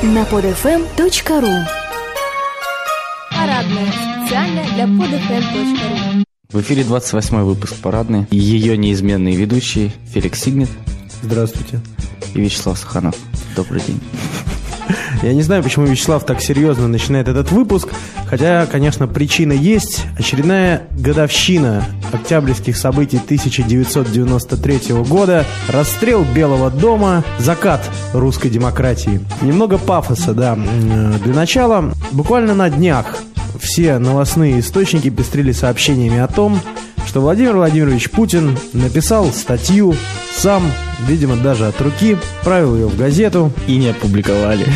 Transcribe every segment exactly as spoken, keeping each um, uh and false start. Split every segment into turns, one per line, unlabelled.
на под эф эм точка ру.
Парадная. Специально для под эф эм точка ру.
В эфире двадцать восьмой выпуск «Парадной». Ее неизменные ведущие Феликс Сигнет.
Здравствуйте.
И Вячеслав Саханов. Добрый день.
Я не знаю, почему Вячеслав так серьезно начинает этот выпуск, хотя, конечно, причина есть. Очередная годовщина октябрьских событий тысяча девятьсот девяносто третьего года, расстрел Белого дома, закат русской демократии. Немного пафоса, да. Для начала, буквально на днях все новостные источники пестрили сообщениями о том, что Владимир Владимирович Путин написал статью сам, видимо, даже от руки, отправил ее в газету.
И не опубликовали.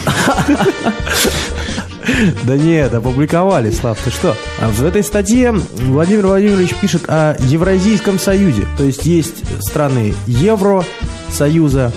Да нет, опубликовали, Слав, ты что? А в этой статье Владимир Владимирович пишет о Евразийском союзе. То есть есть страны Евросоюза,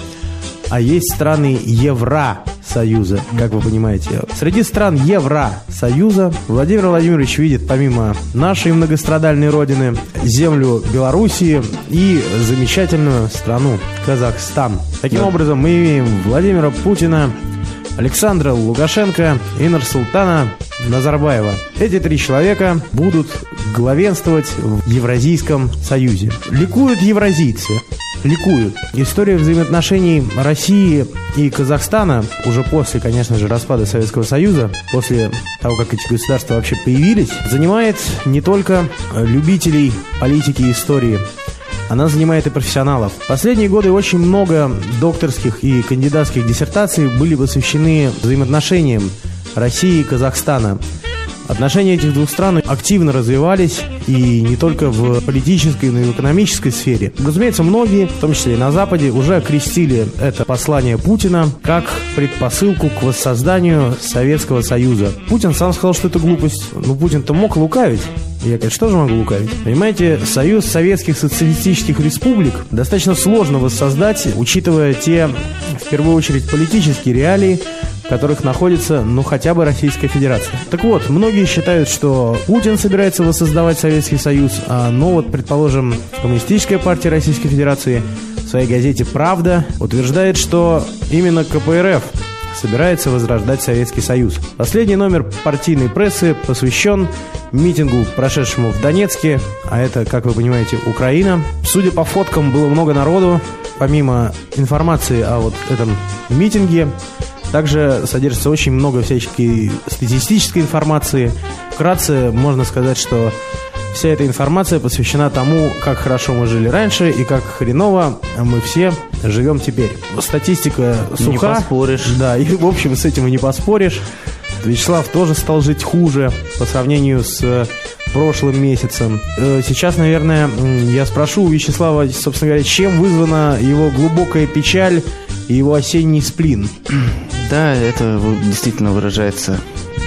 а есть страны Евросоюза, как вы понимаете. Среди стран Евросоюза Владимир Владимирович видит, помимо нашей многострадальной родины, землю Белоруссии и замечательную страну Казахстан. Таким да. образом, мы имеем Владимира Путина, Александра Лукашенко и Нурсултана Назарбаева. Эти три человека будут главенствовать в Евразийском союзе. Ликуют евразийцы. Ликуют. История взаимоотношений России и Казахстана уже после, конечно же, распада Советского Союза, после того, как эти государства вообще появились, занимает не только любителей политики и истории, она занимает и профессионалов. В последние годы очень много докторских и кандидатских диссертаций были посвящены взаимоотношениям России и Казахстана. Отношения этих двух стран активно развивались, и не только в политической, но и в экономической сфере. Разумеется, многие, в том числе и на Западе, уже окрестили это послание Путина как предпосылку к воссозданию Советского Союза. Путин сам сказал, что это глупость. Ну, Путин-то мог лукавить. Я, конечно, тоже могу лукавить. Понимаете, Союз Советских Социалистических Республик достаточно сложно воссоздать, учитывая те, в первую очередь, политические реалии, в которых находится, ну, хотя бы Российская Федерация. Так вот, многие считают, что Путин собирается воссоздавать Советский Союз, а, но вот, предположим, Коммунистическая партия Российской Федерации в своей газете «Правда» утверждает, что именно ка пэ эр эф собирается возрождать Советский Союз. Последний номер партийной прессы посвящен митингу, прошедшему в Донецке, а это, как вы понимаете, Украина. Судя по фоткам, было много народу. Помимо информации о вот этом митинге, также содержится очень много всяческой статистической информации. Вкратце можно сказать, что вся эта информация посвящена тому, как хорошо мы жили раньше и как хреново мы все живем теперь. Статистика суха.
Не поспоришь.
Да, и в общем с этим и не поспоришь. Вячеслав тоже стал жить хуже по сравнению с прошлым месяцем. Сейчас, наверное, я спрошу у Вячеслава, собственно говоря, чем вызвана его глубокая печаль и его осенний сплин.
Да, это действительно выражается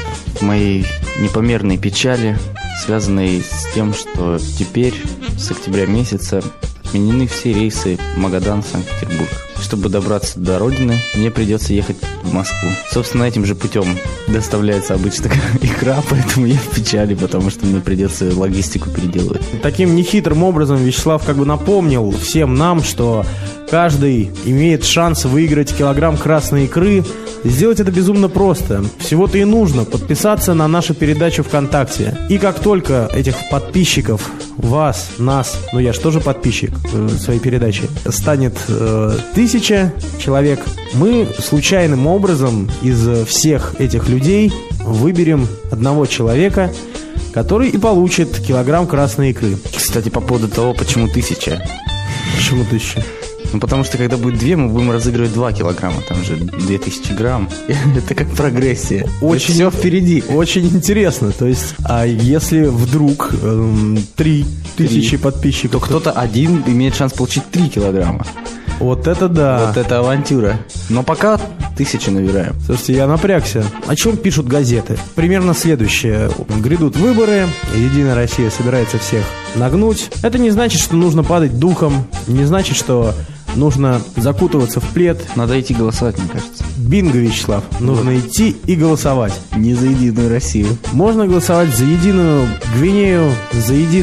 в моей непомерной печали, связанной с тем, что теперь, с октября месяца, отменены все рейсы Магадан-Санкт-Петербург. Чтобы добраться до родины, мне придется ехать в Москву. Собственно, этим же путем доставляется обычно икра, поэтому я в печали, потому что мне придется логистику переделывать.
Таким нехитрым образом Вячеслав как бы напомнил всем нам, что каждый имеет шанс выиграть килограмм красной икры. Сделать это безумно просто. Всего-то и нужно подписаться на нашу передачу ВКонтакте. И как только этих подписчиков, вас, нас, ну я же тоже подписчик э, своей передачи, станет э, тысяча человек, мы случайным образом из всех этих людей выберем одного человека, который и получит килограмм красной икры.
Кстати, по поводу того, почему тысяча.
Почему тысяча?
Ну, потому что, когда будет две, мы будем разыгрывать два килограмма. Там же две тысячи грамм. Это как прогрессия.
Очень,
все впереди.
Очень интересно. То есть, а если вдруг эм, три тысячи подписчиков...
То кто-то один имеет шанс получить три килограмма.
Вот это да.
Вот это авантюра. Но пока тысячи набираем.
Слушайте, я напрягся. О чем пишут газеты? Примерно следующее. Грядут выборы, Единая Россия собирается всех нагнуть. Это не значит, что нужно падать духом. Не значит, что нужно закутываться в плед.
Надо идти голосовать, мне кажется.
Бинго, Вячеслав. Нужно идти и голосовать.
Не за Единую Россию.
Можно голосовать за Единую Гвинею, за Единую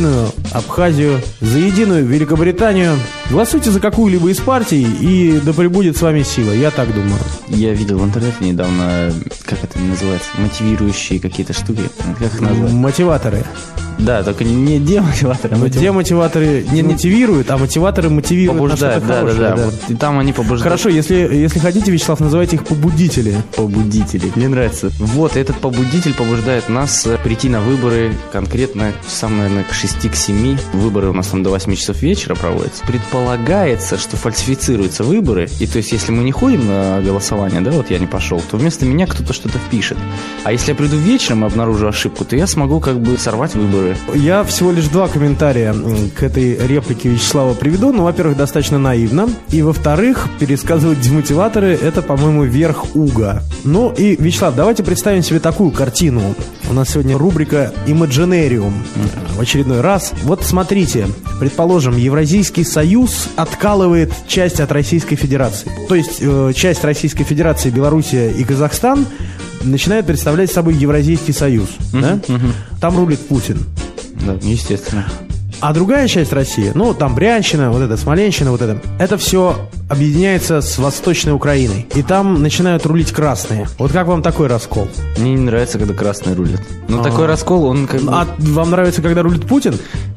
Абхазию, за единую Великобританию. Голосуйте за какую-либо из партий, и да пребудет с вами сила, я так думаю.
Я видел в интернете недавно, как это называется, мотивирующие какие-то штуки. Как их назвать?
Мотиваторы.
Да, только не демотиваторы, а
Но
мотив...
демотиваторы не мотивируют, а мотиваторы мотивируют
побуждают.
на что-то
Да, да,
хорошее,
да, Вот, и там они побуждают.
Хорошо, если, если хотите, Вячеслав, называйте их побудители.
Побудители. Мне нравится. Вот, этот побудитель побуждает нас прийти на выборы конкретно часам, наверное, к шести, к семи. Выборы у нас там до восьми часов вечера проводятся. Предполагается, что фальсифицируются выборы. И то есть, если мы не ходим на голосование, да, вот я не пошел, то вместо меня кто-то что-то впишет. А если я приду вечером и обнаружу ошибку, то я смогу как бы сорвать выборы.
Я всего лишь два комментария к этой реплике Вячеслава приведу. Ну, во-первых, достаточно наивно. И, во-вторых, пересказывать демотиваторы – это, по-моему, верх уга. Ну и, Вячеслав, давайте представим себе такую картину. У нас сегодня рубрика «Imaginarium» в очередной раз. Вот смотрите, предположим, Евразийский союз откалывает часть от Российской Федерации. То есть э, часть Российской Федерации, Белоруссия и Казахстан начинают представлять собой Евразийский союз.
Uh-huh,
да?
uh-huh.
Там рулит Путин.
Да, естественно.
А другая часть России, ну, там Брянщина, вот это, Смоленщина, вот это, это все объединяется с Восточной Украиной. И там начинают рулить красные. Вот как вам такой раскол?
Мне не нравится, когда красные рулят. Но
А-а-а.
такой раскол, он как бы...
А вам нравится, когда рулит Путин?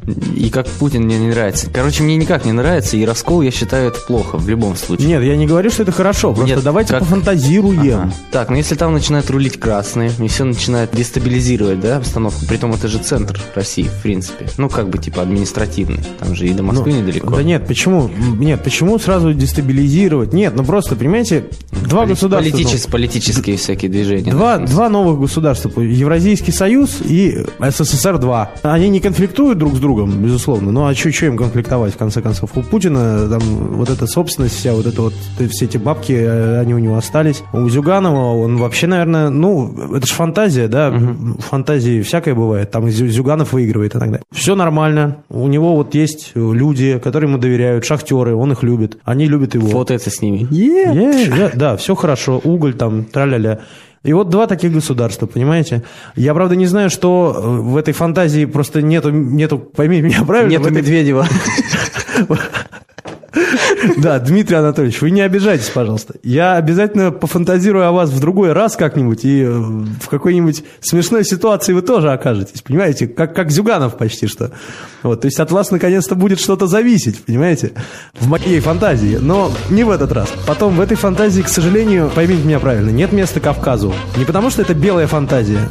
И как Путин мне не нравится. Короче, мне никак не нравится, и раскол, я считаю, это плохо в любом случае.
Нет, я не говорю, что это хорошо. Просто
Нет,
давайте
как...
пофантазируем.
Ага. Так, ну если там начинают рулить красные, и все начинает дестабилизировать, да, обстановку. Притом это же центр России, в принципе. Ну, как бы, типа, административный. Там же и до Москвы
ну,
недалеко.
Да нет, почему? Нет, почему сразу дестабилизировать? Нет, ну просто, понимаете, два
Поли-
государства...
Политичес,
ну,
политические всякие движения.
Два,
да,
два новых государства, Евразийский союз и СССР два. Они не конфликтуют друг с другом, безусловно, ну а что им конфликтовать, в конце концов? У Путина там вот эта собственность вся, вот это вот, все эти бабки, они у него остались. У Зюганова он вообще, наверное, ну, это же фантазия, да, угу. В фантазии всякое бывает, там Зюганов выигрывает иногда. Все нормально, у него вот есть люди, которые ему доверяют, шахтеры, он их любит, они любят его.
Фотоется с ними.
Yeah. Yeah, yeah, да, все хорошо, уголь там, тра-ля-ля. И вот два таких государства, понимаете? Я, правда, не знаю, что в этой фантазии просто нету, нету, пойми меня правильно.
Нету
этой...
Медведева.
Да, Дмитрий Анатольевич, вы не обижайтесь, пожалуйста. Я обязательно пофантазирую о вас в другой раз как-нибудь, и в какой-нибудь смешной ситуации вы тоже окажетесь, понимаете? Как, как Зюганов почти что. Вот, то есть от вас наконец-то будет что-то зависеть, понимаете? В моей фантазии, но не в этот раз. Потом в этой фантазии, к сожалению, поймите меня правильно, нет места Кавказу. Не потому, что это белая фантазия.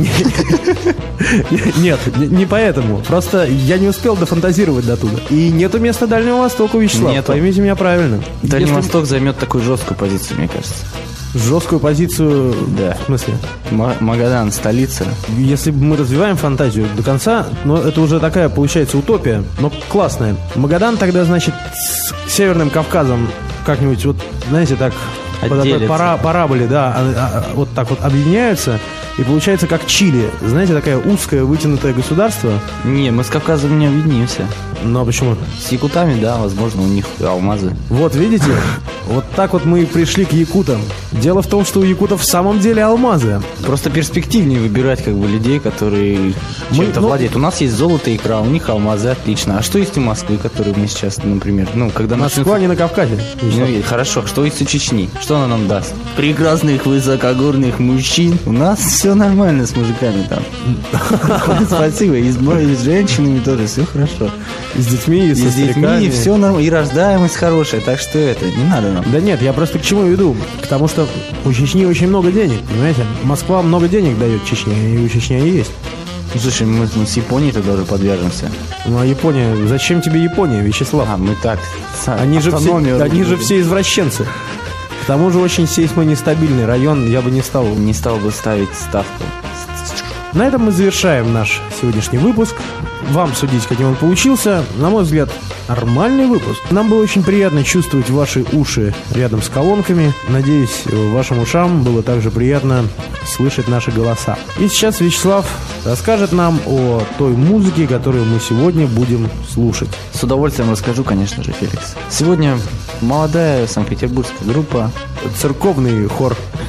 Нет, не поэтому. Просто я не успел дофантазировать до туда. И нету места Дальнего Востока, Вячеслав.
Нету.
Поймите меня правильно.
Дальний
Если...
Восток займет такую жесткую позицию, мне кажется.
Жесткую позицию,
да.
В смысле?
М- Магадан, столица.
Если мы развиваем фантазию до конца, но это уже такая, получается, утопия, но классная. Магадан тогда, значит, с Северным Кавказом как-нибудь, вот, знаете, так, по такой пара, параболе, да, а, а, вот так вот объединяются, и получается как Чили. Знаете, такая узкое, вытянутое государство.
Не, мы с Кавказом не объединимся.
Ну, а почему?
С якутами, да, возможно, у них алмазы.
Вот, видите? Вот так вот мы и пришли к якутам. Дело в том, что у якутов в самом деле алмазы.
Просто перспективнее выбирать как бы людей, которые
Мы,
чем-то
ну,
владеют. У нас есть золото и икра, у них алмазы, отлично. А что есть у Москвы, которые мы сейчас, например, ну, когда...
Москва
начнут...
не на Кавказе.
Ну, хорошо, что есть у Чечни? Что она нам даст? Прекрасных высокогорных мужчин. У нас все нормально с мужиками там. Спасибо. И с женщинами тоже все хорошо.
И с детьми, и со
стариками. И все нормально. И рождаемость хорошая. Так что это, не надо нам.
Да нет, я просто к чему веду? К тому, что у Чечни очень много денег, понимаете? Москва много денег дает Чечне, и у Чечни они есть.
Ну, слушай, мы с Японией тогда уже подвяжемся.
Ну, а Япония... Зачем тебе Япония, Вячеслав?
А, мы так...
Они же все, они же все извращенцы. К тому же очень сейсмонестабильный район, я бы не стал...
Не стал бы ставить ставку.
На этом мы завершаем наш сегодняшний выпуск. Вам судить, каким он получился. На мой взгляд, нормальный выпуск. Нам было очень приятно чувствовать ваши уши рядом с колонками. Надеюсь, вашим ушам было также приятно слышать наши голоса. И сейчас Вячеслав расскажет нам о той музыке, которую мы сегодня будем слушать.
С удовольствием расскажу, конечно же, Феликс. Сегодня молодая санкт-петербургская группа.
Церковный хор.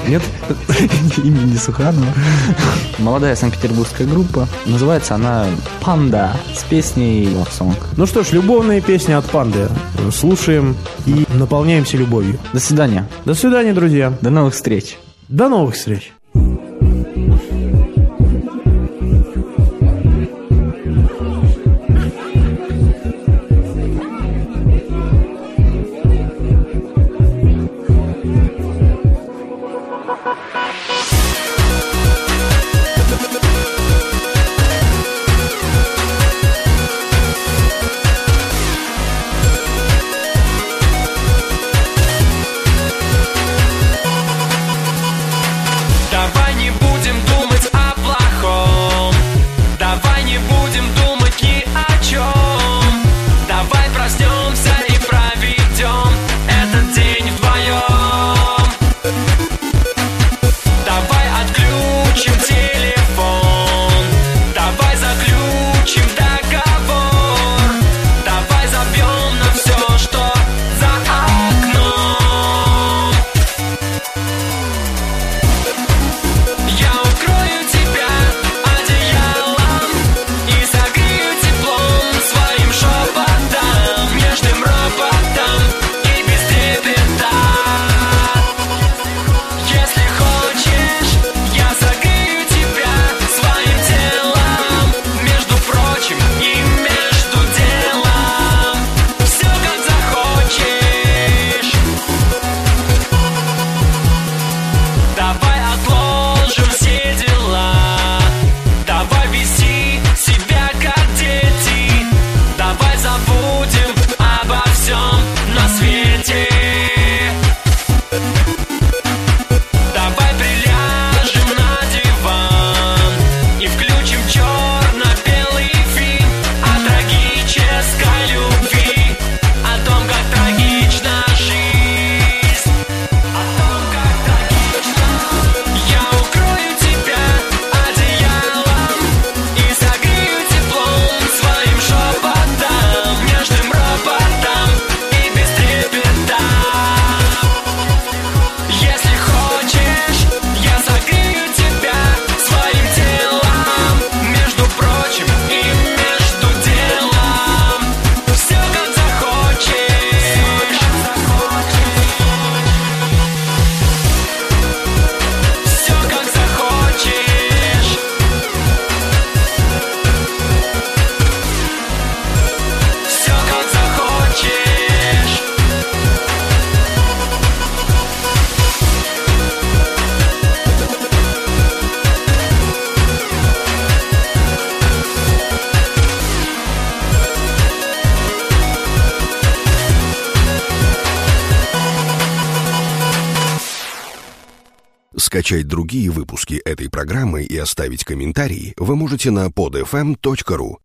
Нет? Имени Суханова.
Молодая санкт-петербургская группа. Называется она «Панда» с песней «Love Song».
Ну что ж, любовные песни от Панды. Слушаем и наполняемся любовью.
До свидания.
До свидания, друзья.
До новых встреч.
До новых встреч.
Давай не будем думать о плохом, давай не будем думать ни о чем. Давай проснемся и проведем этот день вдвоем. Давай отключим телефон, давай заключим договор, давай забьем на все, что за окном. Я укрою тебя одеялом и согрею теплом своим шепотом, нежным ропотом и без трепета. Если хочешь, я согрею тебя своим телом, между прочим и между делом. Все как захочешь. Давай отложим все дела, давай вести себя как дети, давай забудем обо всем на свете. Давай приляжем на диван и включим черно-белый фильм о трагической любви, о том, как трагична жизнь, о том, как трагична. Я укрою тебя одеялом и согрею теплом своим шепотом, нежным ропотом и без трепета. Если хочешь, я согрею тебя своим телом, между прочим и между делом. Все как захочешь. Все как захочешь. Все как захочешь.
Скачать другие выпуски этой программы и оставить комментарии вы можете на под эф эм точка ру.